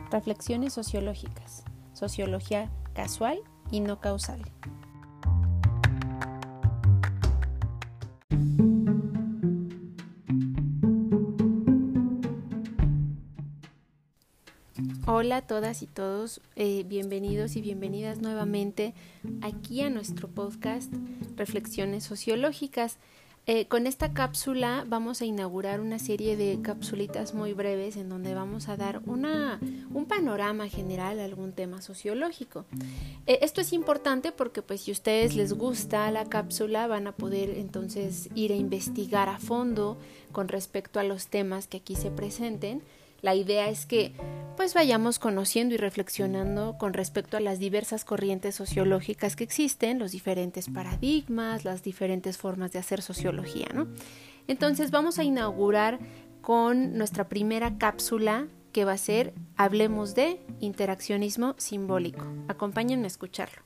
Reflexiones sociológicas, sociología casual y no causal. Hola a todas y todos, bienvenidos y bienvenidas nuevamente aquí a nuestro podcast Reflexiones Sociológicas. Con esta cápsula vamos a inaugurar una serie de capsulitas muy breves en donde vamos a dar un panorama general a algún tema sociológico. Esto es importante porque pues si a ustedes les gusta la cápsula van a poder entonces ir a investigar a fondo con respecto a los temas que aquí se presenten. La idea es que pues vayamos conociendo y reflexionando con respecto a las diversas corrientes sociológicas que existen, los diferentes paradigmas, las diferentes formas de hacer sociología, ¿no? Entonces vamos a inaugurar con nuestra primera cápsula que va a ser Hablemos de interaccionismo simbólico. Acompáñenme a escucharlo.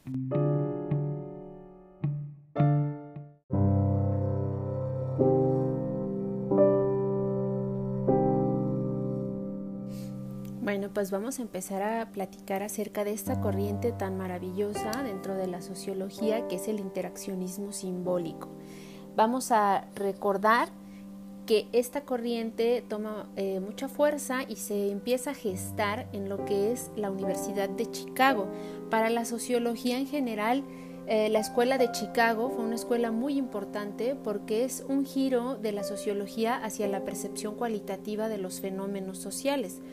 Bueno, pues vamos a empezar a platicar acerca de esta corriente tan maravillosa dentro de la sociología que es el interaccionismo simbólico. Vamos a recordar que esta corriente toma mucha fuerza y se empieza a gestar en lo que es la Universidad de Chicago. Para la sociología en general, la escuela de Chicago fue una escuela muy importante porque es un giro de la sociología hacia la percepción cualitativa de los fenómenos sociales.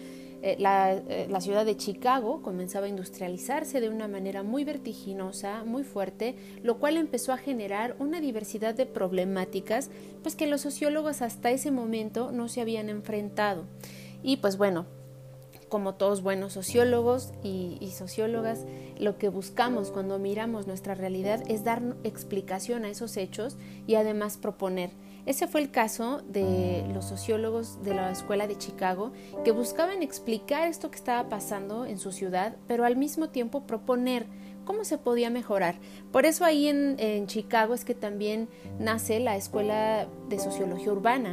La ciudad de Chicago comenzaba a industrializarse de una manera muy vertiginosa, muy fuerte, lo cual empezó a generar una diversidad de problemáticas pues que los sociólogos hasta ese momento no se habían enfrentado. Y pues bueno, como todos buenos sociólogos y sociólogas, lo que buscamos cuando miramos nuestra realidad es dar explicación a esos hechos y además proponer. Ese fue el caso de los sociólogos de la escuela de Chicago que buscaban explicar esto que estaba pasando en su ciudad, pero al mismo tiempo proponer cómo se podía mejorar. Por eso ahí en Chicago es que también nace la escuela de sociología urbana,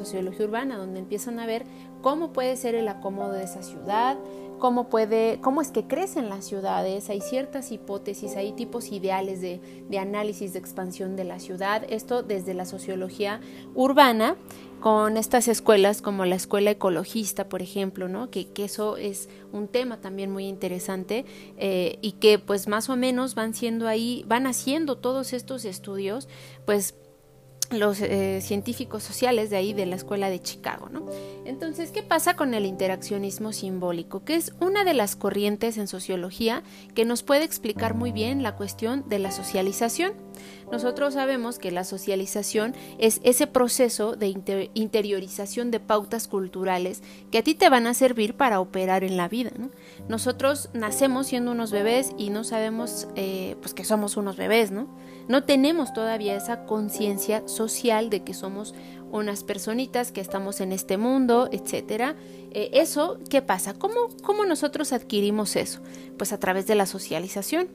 donde empiezan a ver cómo puede ser el acomodo de esa ciudad, cómo es que crecen las ciudades, hay ciertas hipótesis, hay tipos ideales de análisis de expansión de la ciudad, esto desde la sociología urbana, con estas escuelas como la escuela ecologista, por ejemplo, ¿no? Que eso es un tema también muy interesante y que pues más o menos van haciendo todos estos estudios, pues los científicos sociales de ahí de la escuela de Chicago, ¿no? Entonces, ¿qué pasa con el interaccionismo simbólico? Que es una de las corrientes en sociología que nos puede explicar muy bien la cuestión de la socialización. Nosotros sabemos que la socialización es ese proceso de interiorización de pautas culturales que a ti te van a servir para operar en la vida, ¿no? Nosotros nacemos siendo unos bebés y no sabemos pues que somos unos bebés, ¿no? No tenemos todavía esa conciencia social de que somos unas personitas que estamos en este mundo, etcétera. Eso, ¿qué pasa? ¿Cómo nosotros adquirimos eso? Pues a través de la socialización,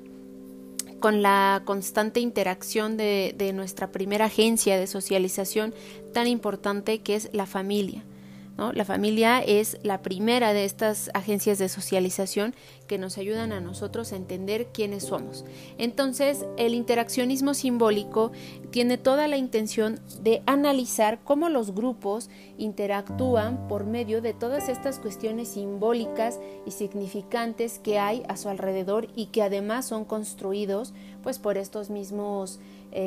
con la constante interacción de nuestra primera agencia de socialización tan importante que es la familia, ¿no? La familia es la primera de estas agencias de socialización que nos ayudan a nosotros a entender quiénes somos. Entonces, el interaccionismo simbólico tiene toda la intención de analizar cómo los grupos interactúan por medio de todas estas cuestiones simbólicas y significantes que hay a su alrededor y que además son construidos pues por estos mismos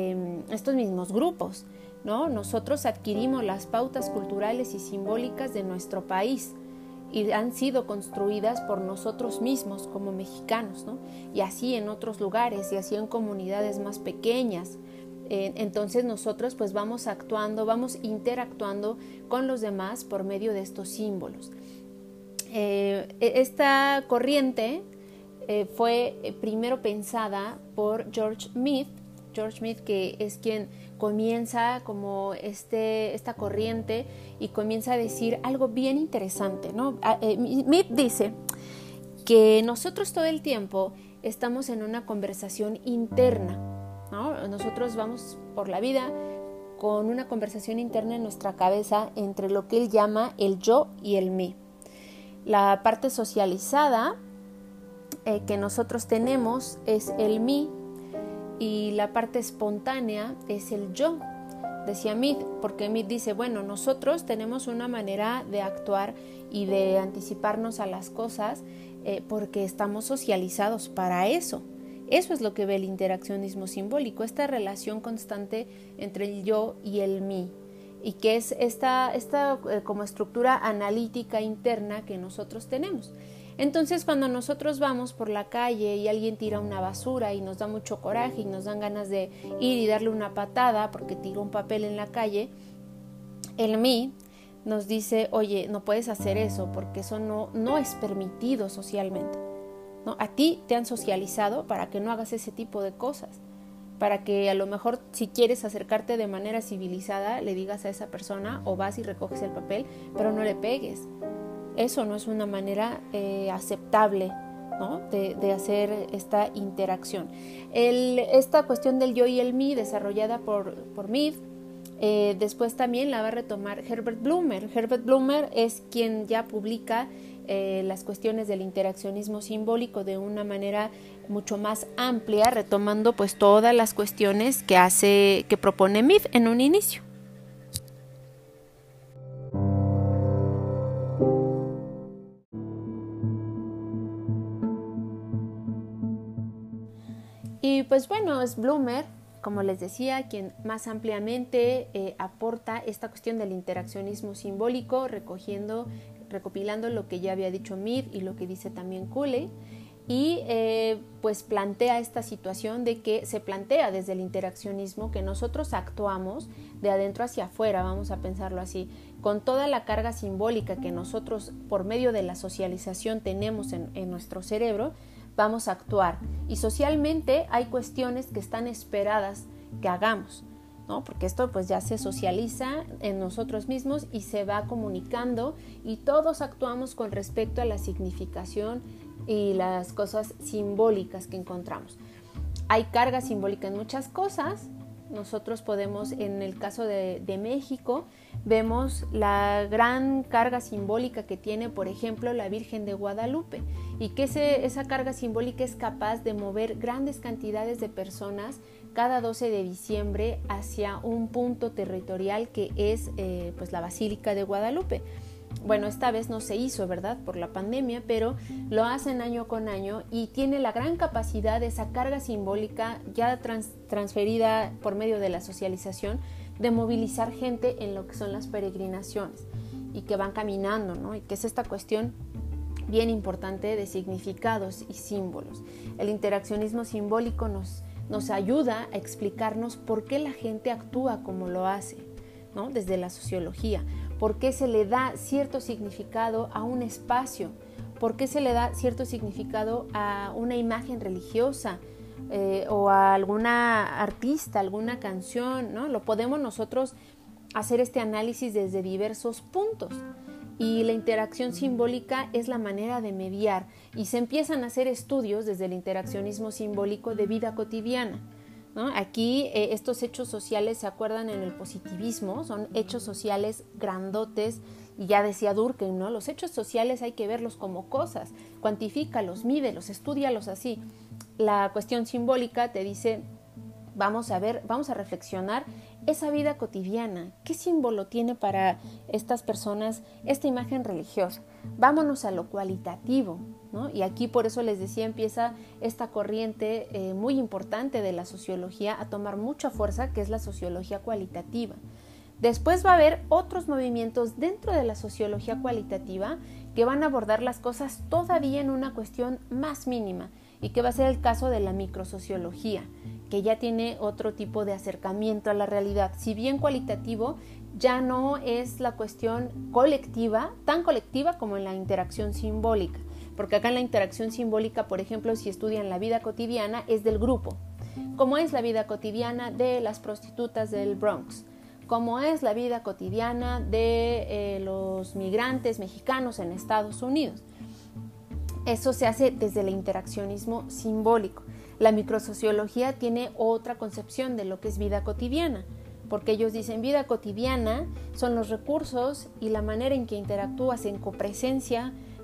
grupos, ¿no? Nosotros adquirimos las pautas culturales y simbólicas de nuestro país y han sido construidas por nosotros mismos como mexicanos, ¿no? Y así en otros lugares y así en comunidades más pequeñas. Entonces nosotros pues vamos interactuando con los demás por medio de estos símbolos. Esta corriente fue primero pensada por George Mead, que es quien comienza como esta corriente y comienza a decir algo bien interesante, ¿no? Mead dice que nosotros todo el tiempo estamos en una conversación interna, ¿no? Nosotros vamos por la vida con una conversación interna en nuestra cabeza entre lo que él llama el yo y el mí. La parte socializada que nosotros tenemos es el mí, y la parte espontánea es el yo, decía Mead, porque Mead dice, bueno, nosotros tenemos una manera de actuar y de anticiparnos a las cosas porque estamos socializados para eso. Eso es lo que ve el interaccionismo simbólico, esta relación constante entre el yo y el mí, y que es esta como estructura analítica interna que nosotros tenemos. Entonces, cuando nosotros vamos por la calle y alguien tira una basura y nos da mucho coraje y nos dan ganas de ir y darle una patada porque tiró un papel en la calle, el mí nos dice, oye, no puedes hacer eso porque eso no es permitido socialmente, ¿no? A ti te han socializado para que no hagas ese tipo de cosas, para que a lo mejor si quieres acercarte de manera civilizada le digas a esa persona o vas y recoges el papel, pero no le pegues. Eso no es una manera aceptable, ¿no? de hacer esta interacción. Esta cuestión del yo y el mí, desarrollada por Mead, después también la va a retomar Herbert Blumer. Herbert Blumer es quien ya publica las cuestiones del interaccionismo simbólico de una manera mucho más amplia, retomando pues todas las cuestiones que propone Mead en un inicio. Y pues bueno, es Blumer, como les decía, quien más ampliamente aporta esta cuestión del interaccionismo simbólico, recopilando lo que ya había dicho Mead y lo que dice también Cooley, y pues plantea esta situación de que se plantea desde el interaccionismo que nosotros actuamos de adentro hacia afuera, vamos a pensarlo así, con toda la carga simbólica que nosotros por medio de la socialización tenemos en nuestro cerebro, vamos a actuar, y socialmente hay cuestiones que están esperadas que hagamos, ¿no? Porque esto pues ya se socializa en nosotros mismos y se va comunicando, y todos actuamos con respecto a la significación y las cosas simbólicas que encontramos. Hay carga simbólica en muchas cosas. Nosotros podemos, en el caso de México, vemos la gran carga simbólica que tiene, por ejemplo, la Virgen de Guadalupe, y que esa carga simbólica es capaz de mover grandes cantidades de personas cada 12 de diciembre hacia un punto territorial que es pues la Basílica de Guadalupe. Bueno, esta vez no se hizo, ¿verdad?, por la pandemia, pero lo hacen año con año y tiene la gran capacidad de esa carga simbólica ya transferida por medio de la socialización, de movilizar gente en lo que son las peregrinaciones y que van caminando, ¿no? Y que es esta cuestión bien importante de significados y símbolos. El interaccionismo simbólico nos ayuda a explicarnos por qué la gente actúa como lo hace, ¿no? Desde la sociología. ¿Por qué se le da cierto significado a un espacio? ¿Por qué se le da cierto significado a una imagen religiosa o a alguna artista, alguna canción, ¿no? Lo podemos nosotros hacer este análisis desde diversos puntos. Y la interacción simbólica es la manera de mediar, y se empiezan a hacer estudios desde el interaccionismo simbólico de vida cotidiana, ¿no? Aquí estos hechos sociales, ¿se acuerdan? En el positivismo son hechos sociales grandotes, y ya decía Durkheim, ¿no? Los hechos sociales hay que verlos como cosas, cuantifícalos, mídelos, estúdialos así. La cuestión simbólica te dice, vamos a reflexionar esa vida cotidiana, qué símbolo tiene para estas personas esta imagen religiosa. Vámonos a lo cualitativo, ¿no? Y aquí por eso les decía, empieza esta corriente muy importante de la sociología a tomar mucha fuerza, que es la sociología cualitativa. Después va a haber otros movimientos dentro de la sociología cualitativa que van a abordar las cosas todavía en una cuestión más mínima, y que va a ser el caso de la microsociología, que ya tiene otro tipo de acercamiento a la realidad. Si bien cualitativo, ya no es la cuestión colectiva, tan colectiva como en la interacción simbólica, porque acá en la interacción simbólica, por ejemplo, si estudian la vida cotidiana, es del grupo, como es la vida cotidiana de las prostitutas del Bronx, como es la vida cotidiana de los migrantes mexicanos en Estados Unidos. Eso se hace desde el interaccionismo simbólico. La microsociología tiene otra concepción de lo que es vida cotidiana, porque ellos dicen vida cotidiana son los recursos y la manera en que interactúas en copresencia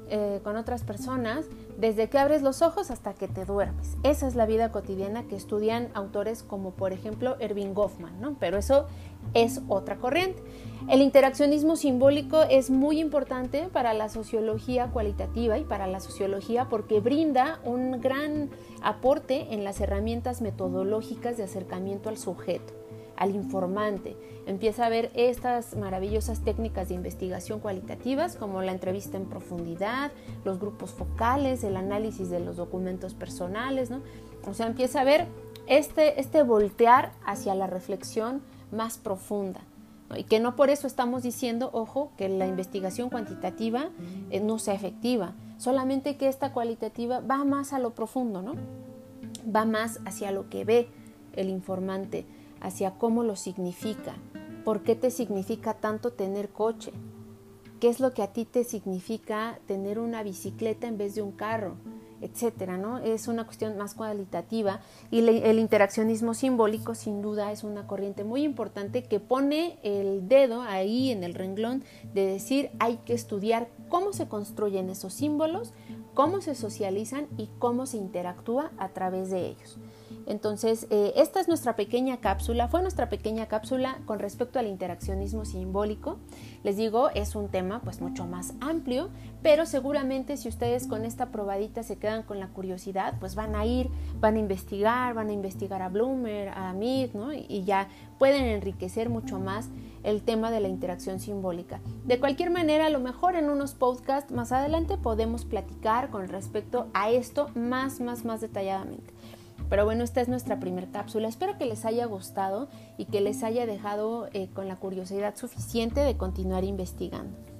con otras personas desde que abres los ojos hasta que te duermes. Esa es la vida cotidiana que estudian autores como por ejemplo Erving Goffman, ¿no? Pero eso es otra corriente. El interaccionismo simbólico es muy importante para la sociología cualitativa y para la sociología porque brinda un gran aporte en las herramientas metodológicas de acercamiento al sujeto, al informante. Empieza a ver estas maravillosas técnicas de investigación cualitativas como la entrevista en profundidad, los grupos focales, el análisis de los documentos personales, ¿no? O sea, empieza a ver este voltear hacia la reflexión más profunda, ¿no? Y que no por eso estamos diciendo, ojo, que la investigación cuantitativa no sea efectiva, solamente que esta cualitativa va más a lo profundo, ¿no? Va más hacia lo que ve el informante, hacia cómo lo significa, por qué te significa tanto tener coche, qué es lo que a ti te significa tener una bicicleta en vez de un carro, etcétera, ¿no? Es una cuestión más cualitativa y el interaccionismo simbólico sin duda es una corriente muy importante que pone el dedo ahí en el renglón de decir hay que estudiar cómo se construyen esos símbolos, cómo se socializan y cómo se interactúa a través de ellos. Entonces, esta es nuestra pequeña cápsula, fue nuestra pequeña cápsula con respecto al interaccionismo simbólico. Les digo, es un tema pues mucho más amplio, pero seguramente si ustedes con esta probadita se quedan con la curiosidad, pues van a investigar a Blumer, a Mead, ¿no? Y ya pueden enriquecer mucho más el tema de la interacción simbólica. De cualquier manera, a lo mejor en unos podcasts más adelante podemos platicar con respecto a esto más detalladamente. Pero bueno, esta es nuestra primera cápsula. Espero que les haya gustado y que les haya dejado con la curiosidad suficiente de continuar investigando.